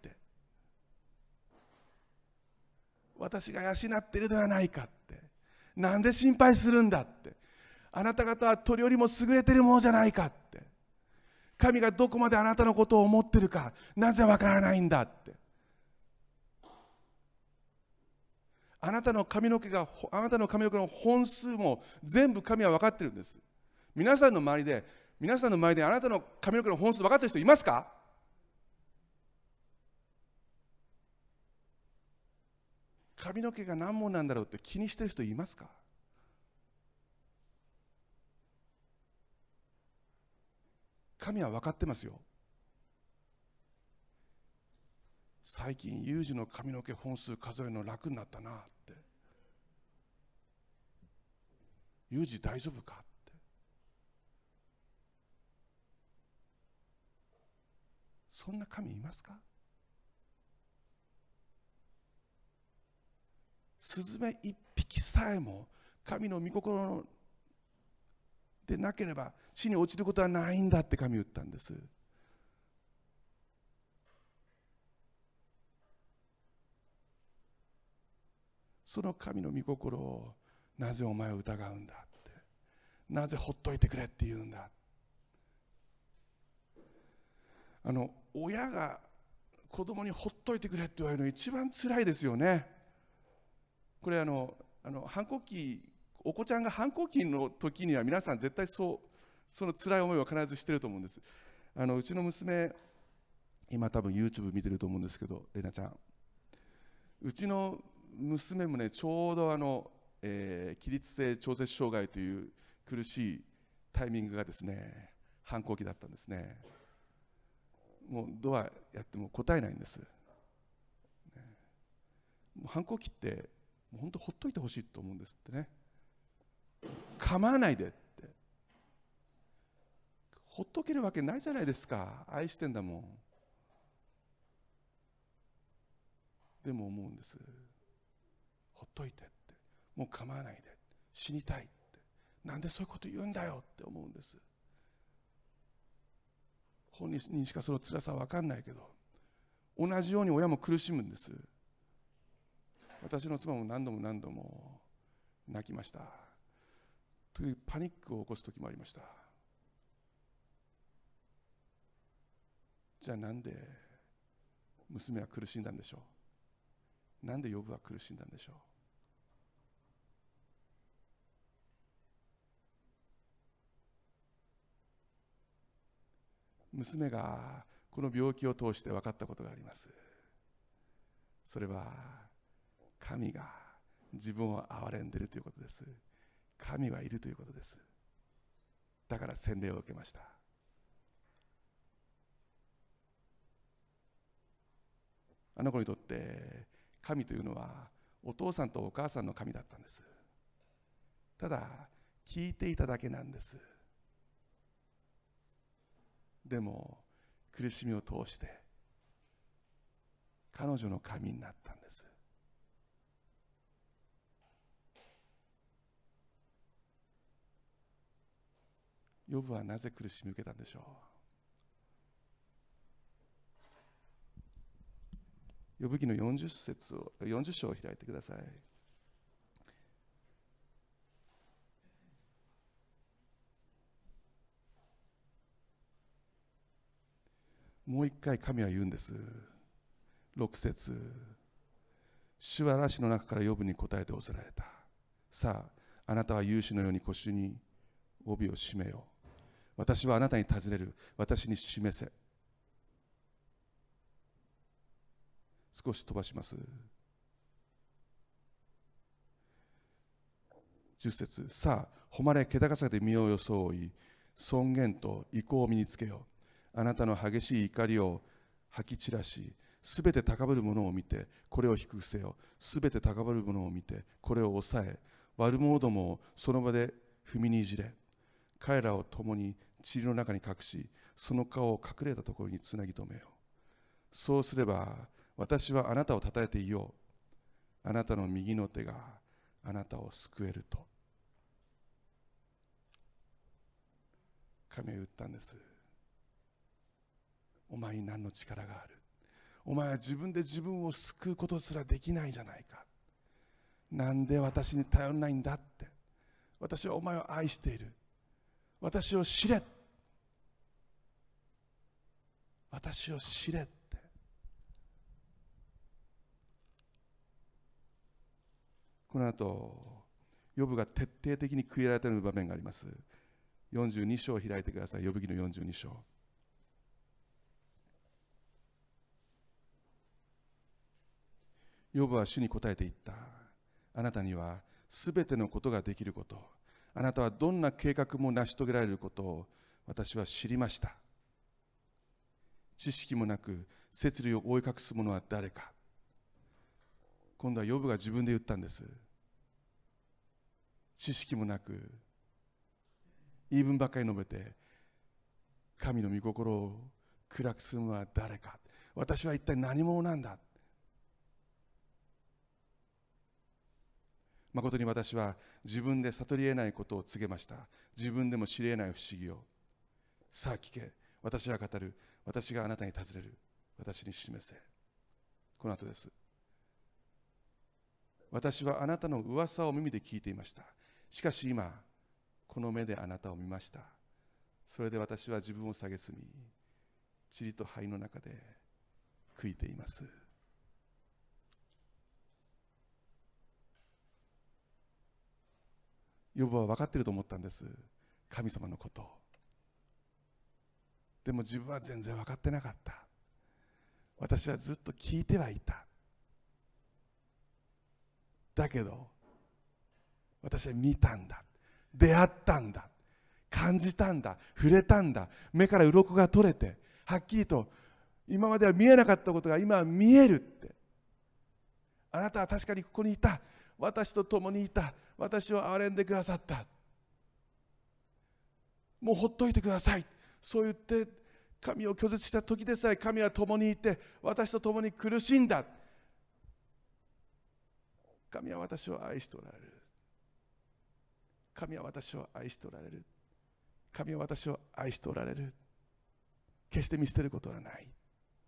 私が養っているではないかって。なんで心配するんだって。あなた方は鳥よりも優れているものじゃないかって。神がどこまであなたのことを思っているか、なぜわからないんだって。 あなたの髪の毛が、あなたの髪の毛の本数も全部神は分かってるんです。皆さんの周りで、皆さんの周りであなたの髪の毛の本数分かってる人いますか？髪の毛が何本なんだろうって気にしてる人いますか？神は分かってますよ。最近ユージの髪の毛本数数えるの楽になったなって。ユージ大丈夫かって。そんな神いますか？スズメ一匹さえも神の御心でなければ地に落ちることはないんだって神言ったんです。その神の御心をなぜお前を疑うんだって、なぜほっといてくれって言うんだ。あの親が子供にほっといてくれって言われるの一番つらいですよね。これあのあの反抗期、お子ちゃんが反抗期の時には皆さん絶対そうその辛い思いは必ずしてると思うんです。あのうちの娘、今多分 YouTube 見てると思うんですけど、レナちゃん、うちの娘もね、ちょうどあの、えー、起立性調節障害という苦しいタイミングがですね、反抗期だったんですね。もうドアやっても答えないんです、ね、もう反抗期ってもう本当ほっといてほしいと思うんですってね。構わないでって、ほっとけるわけないじゃないですか、愛してんだもん。でも思うんです、ほっといてって、もう構わないで、死にたいって、なんでそういうこと言うんだよって思うんです。本人にしかその辛さは分かんないけど、同じように親も苦しむんです。私の妻も何度も何度も泣きました。時々パニックを起こす時もありました。じゃあなんで娘は苦しんだんでしょう。なんでヨブは苦しんだんでしょう。娘がこの病気を通して分かったことがあります。それは神が自分を憐れんでいるということです。神はいるということです。だから洗礼を受けました。あの子にとって神というのはお父さんとお母さんの神だったんです。ただ聞いていただけなんです。でも苦しみを通して彼女の神になったんです。ヨブはなぜ苦しみを受けたんでしょう。ヨブ記のよんじゅっ節をよんじゅっ章を開いてください。もう一回神は言うんです。ろく節、主は嵐の中からヨブに答えておせられた。さあ、あなたは勇士のように腰に帯を締めよう。私はあなたに尋ねる。私に示せ。少し飛ばします。じゅっ節、さあ、誉れ気高さで身を装い、尊厳と意向を身につけよう。あなたの激しい怒りを吐き散らし、すべて高ぶるものを見てこれを低くせよ。すべて高ぶるものを見てこれを抑え、悪者どもをその場で踏みにじれ。彼らを共に塵の中に隠し、その顔を隠れたところにつなぎ止めよう。そうすれば私はあなたをたたえていよう。あなたの右の手があなたを救えると。神は言ったんです。お前に何の力がある。お前は自分で自分を救うことすらできないじゃないか。なんで私に頼らないんだって。私はお前を愛している。私を知れ。私を知れって。 この後、ヨブが徹底的に悔いられている場面があります。よんじゅうに章を開いてください。ヨブ記のよんじゅうに章。ヨブは主に答えて言った。あなたにはすべてのことができること、あなたはどんな計画も成し遂げられることを私は知りました。知識もなく摂理を覆い隠す者は誰か。今度はヨブが自分で言ったんです。知識もなく言い分ばっかり述べて、神の御心を暗くするのは誰か。私は一体何者なんだ。誠に私は自分で悟り得ないことを告げました。自分でも知り得ない不思議を。さあ聞け。私が語る。私があなたに尋ねる。私に示せ。この後です。私はあなたの噂を耳で聞いていました。しかし今、この目であなたを見ました。それで私は自分を蔑み、塵と灰の中で悔いています。ヨブは分かっていると思ったんです。神様のことを。でも自分は全然分かってなかった。私はずっと聞いてはいた。だけど私は見たんだ、出会ったんだ、感じたんだ、触れたんだ。目から鱗が取れて、はっきりと今までは見えなかったことが今は見えるって。あなたは確かにここにいた。私と共にいた。私を憐れんでくださった。もうほっといてください。そう言って神を拒絶した時でさえ神は共にいて、私と共に苦しんだ。神は私を愛しておられる。神は私を愛しておられる。神は私を愛しておられる。決して見捨てることはない。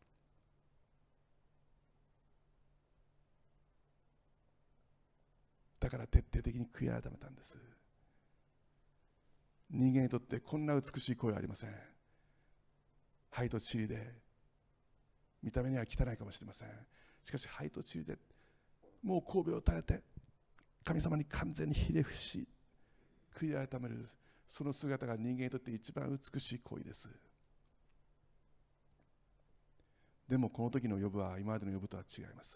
だから徹底的に悔い改めたんです。人間にとってこんな美しい声はありません。灰と塵で、見た目には汚いかもしれません。しかし灰と塵でもう頭を垂れて神様に完全にひれ伏し悔い改める、その姿が人間にとって一番美しい行為です。でもこの時のヨブは今までのヨブとは違います。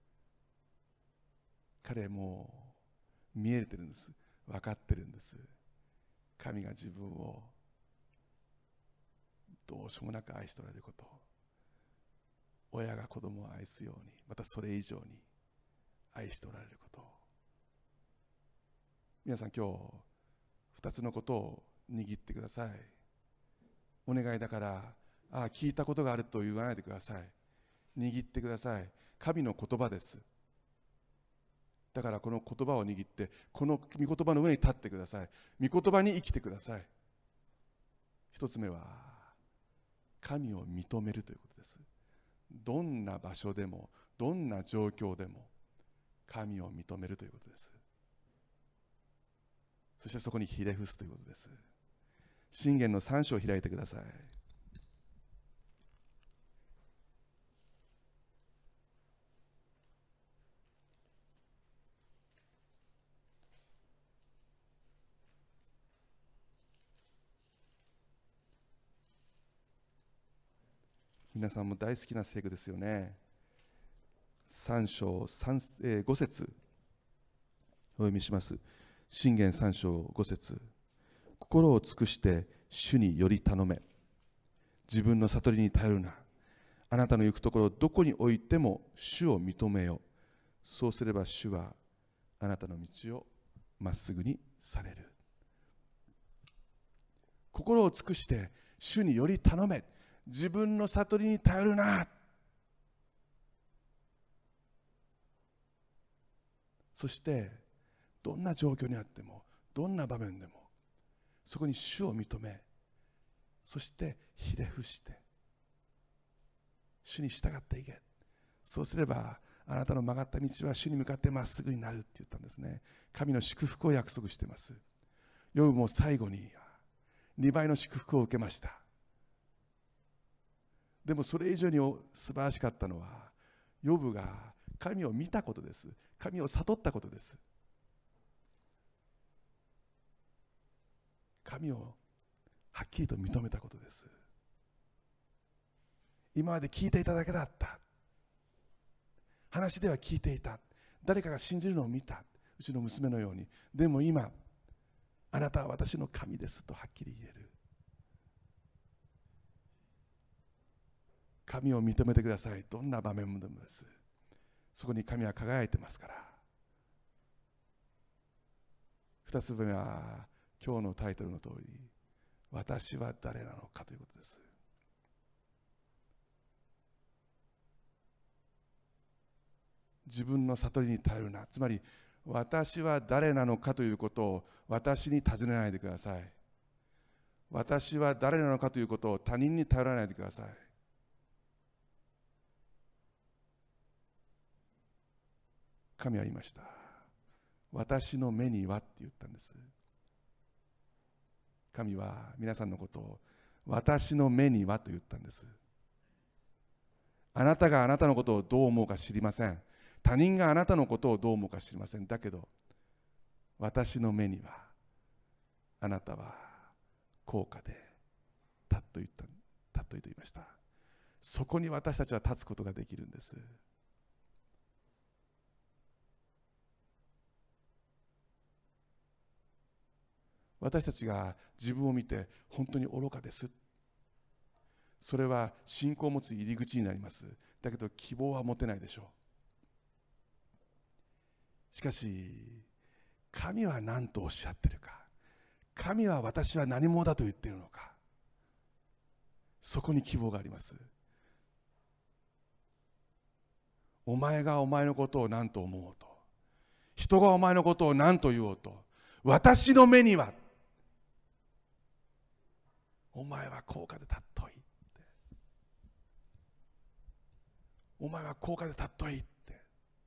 彼はもう見えてるんです。分かってるんです。神が自分をどうしようもなく愛しておられること、親が子供を愛すように、またそれ以上に愛しておられること。皆さん今日二つのことを握ってください。お願いだからああ聞いたことがあると言わないでください。握ってください。神の言葉です。だからこの言葉を握ってこの御言葉の上に立ってください。御言葉に生きてください。一つ目は神を認めるということです。どんな場所でもどんな状況でも神を認めるということです。そしてそこにひれ伏すということです。箴言のさん章を開いてください。皆さんも大好きな聖句ですよね。さん章三、えー、ご節お読みします。箴言さん章ご節。心を尽くして主により頼め。自分の悟りに頼るな。あなたの行くところどこにおいても主を認めよ。そうすれば主はあなたの道をまっすぐにされる。心を尽くして主により頼め。自分の悟りに頼るな。そしてどんな状況にあってもどんな場面でもそこに主を認め、そしてひれ伏して主に従っていけ。そうすればあなたの曲がった道は主に向かってまっすぐになるって言ったんですね。神の祝福を約束しています。ヨブも最後ににばいの祝福を受けました。でもそれ以上に素晴らしかったのは、ヨブが神を見たことです。神を悟ったことです。神をはっきりと認めたことです。今まで聞いていただけだった。話では聞いていた。誰かが信じるのを見た。うちの娘のように。でも今、あなたは私の神ですとはっきり言える。神を認めてください。どんな場面でもです。そこに神は輝いてますから。二つ目は今日のタイトルの通り、私は誰なのかということです。自分の悟りに頼るな。つまり私は誰なのかということを私に尋ねないでください。私は誰なのかということを他人に頼らないでください。神は言いました。私の目にはって言ったんです。神は皆さんのことを私の目にはと言ったんです。あなたがあなたのことをどう思うか知りません。他人があなたのことをどう思うか知りません。だけど私の目にはあなたは高価で尊いと尊いと言いました。そこに私たちは立つことができるんです。私たちが自分を見て本当に愚かです。それは信仰を持つ入り口になります。だけど希望は持てないでしょう。しかし神は何とおっしゃっているか。神は私は何者だと言っているのか。そこに希望があります。お前がお前のことを何と思おうと、人がお前のことを何と言おうと、私の目にはお前は高価で尊いって、お前は高価で尊いって、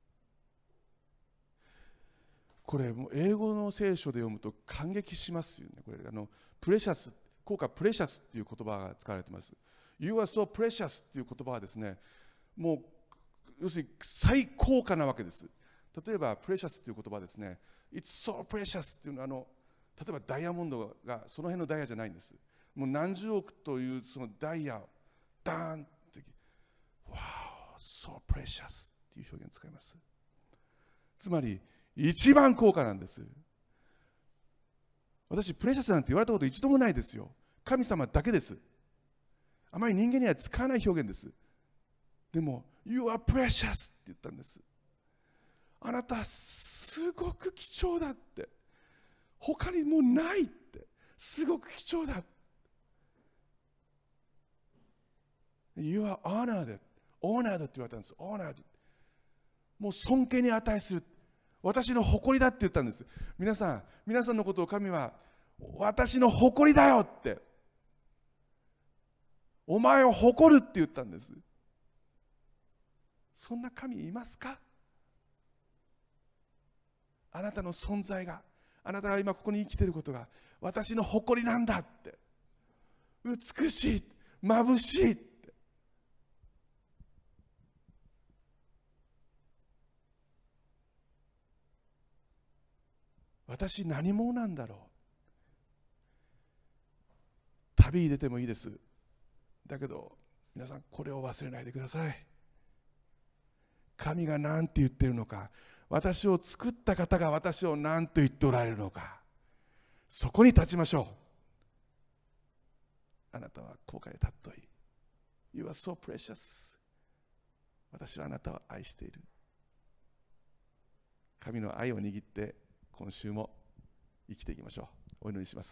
これもう英語の聖書で読むと感激しますよね。これあのプレシャス、高価プレシャスっていう言葉が使われています。You are so precious っていう言葉はですね、もう要するに最高価なわけです。例えばプレシャスっていう言葉はですね、It's so precious っていうのはあの例えばダイヤモンドがその辺のダイヤじゃないんです。もう何十億というそのダイヤをダーンって Wow, so precious っていう表現を使います。つまり一番高価なんです。私プレシャスなんて言われたこと一度もないですよ。神様だけです。あまり人間には使わない表現です。でも You are precious って言ったんです。あなたすごく貴重だって、他にもうないって、すごく貴重だ。You are honored, honored って言われたんです。honored、 もう尊敬に値する、私の誇りだって言ったんです。皆さん、皆さんのことを神は私の誇りだよって、お前を誇るって言ったんです。そんな神いますか？あなたの存在が、あなたが今ここに生きていることが私の誇りなんだって、美しい、眩しいって、私何者なんだろう。旅に出てもいいです。だけど皆さんこれを忘れないでください。神が何て言っているのか、私を作った方が私を何と言っておられるのか、そこに立ちましょう。あなたは高価で尊い。 You are so precious。 私はあなたを愛している。神の愛を握って今週も生きていきましょう。お祈りします。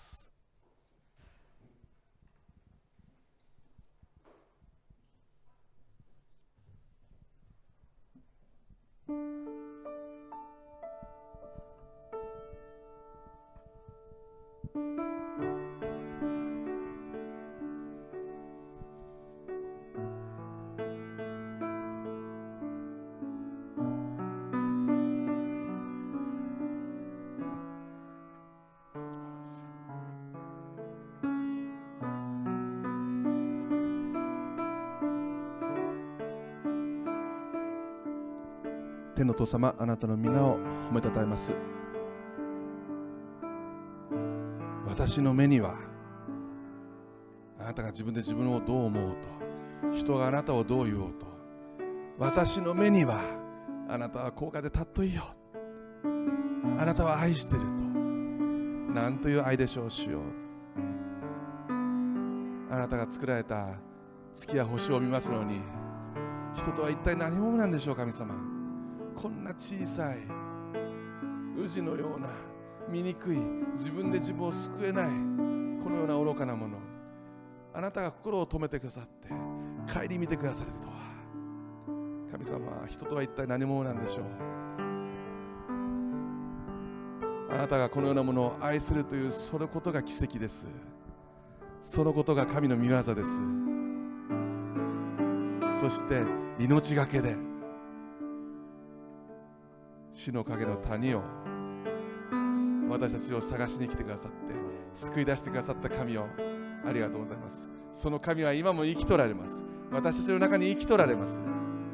天のお父様、あなたの皆を褒めたたえます。私の目には、あなたが自分で自分をどう思おうと、人があなたをどう言おうと、私の目にはあなたは高価で尊いよ、あなたは愛していると、なんという愛でしょう、主よ。あなたが作られた月や星を見ますのに、人とは一体何者なんでしょう、神様。こんな小さいウジのような醜い、自分で自分を救えないこのような愚かなもの、あなたが心を止めてくださって顧みてくださるとは、神様、人とは一体何者なんでしょう。あなたがこのようなものを愛するという、そのことが奇跡です。そのことが神の御業です。そして命がけで死の影の谷を私たちを探しに来てくださって救い出してくださった神をありがとうございます。その神は今も生きとられます。私たちの中に生きとられます。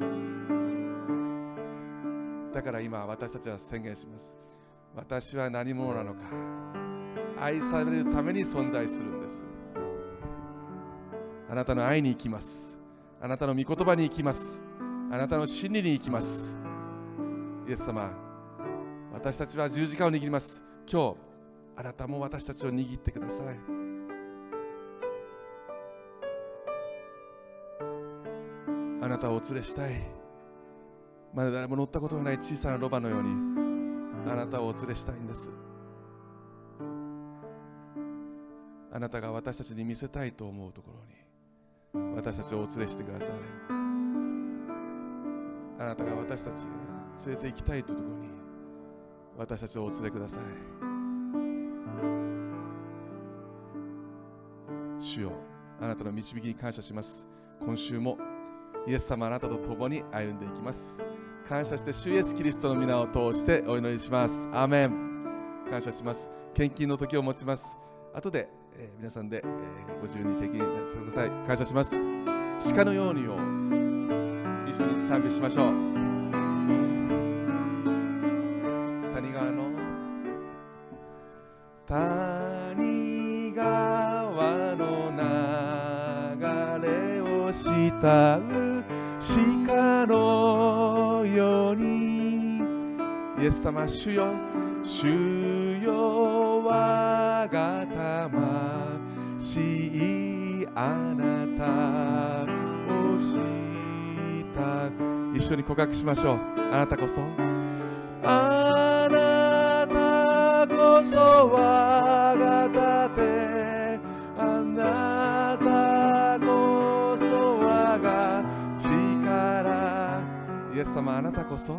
だから今私たちは宣言します。私は何者なのか。愛されるために存在するんです。あなたの愛に生きます。あなたの御言葉に生きます。あなたの真理に生きます。イエス様、私たちは十字架を握ります。今日あなたも私たちを握ってください。あなたをお連れしたい。まだ誰も乗ったことがない小さなロバのようにあなたをお連れしたいんです。あなたが私たちに見せたいと思うところに私たちをお連れしてください。あなたが私たちを連れて行きたいというところに私たちをお連れください。主よ、あなたの導きに感謝します。今週もイエス様、あなたと共に歩んでいきます。感謝して主イエスキリストの皆を通してお祈りします。アーメン。感謝します。献金の時を持ちます。後で、えー、皆さんで、えー、ご自由に献金してください。感謝します。鹿のようにを一緒に賛美しましょう。谷川の谷川の流れを慕う鹿のように、イエス様、主よ、主よ、我が魂あなたを知った。一緒に告白しましょう。あなたこそ、あなたこそ我が盾、あなたこそ我が力。イエス様、あなたこそ、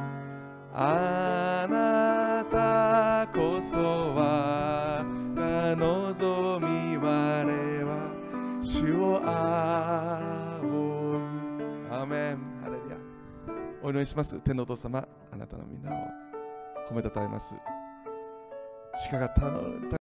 あなたこそ我が望み、我は主を仰ぐ。アーメン。ハレルヤ。お祈りします。天のお父様、あなたの皆を褒めたたえます。鹿が谷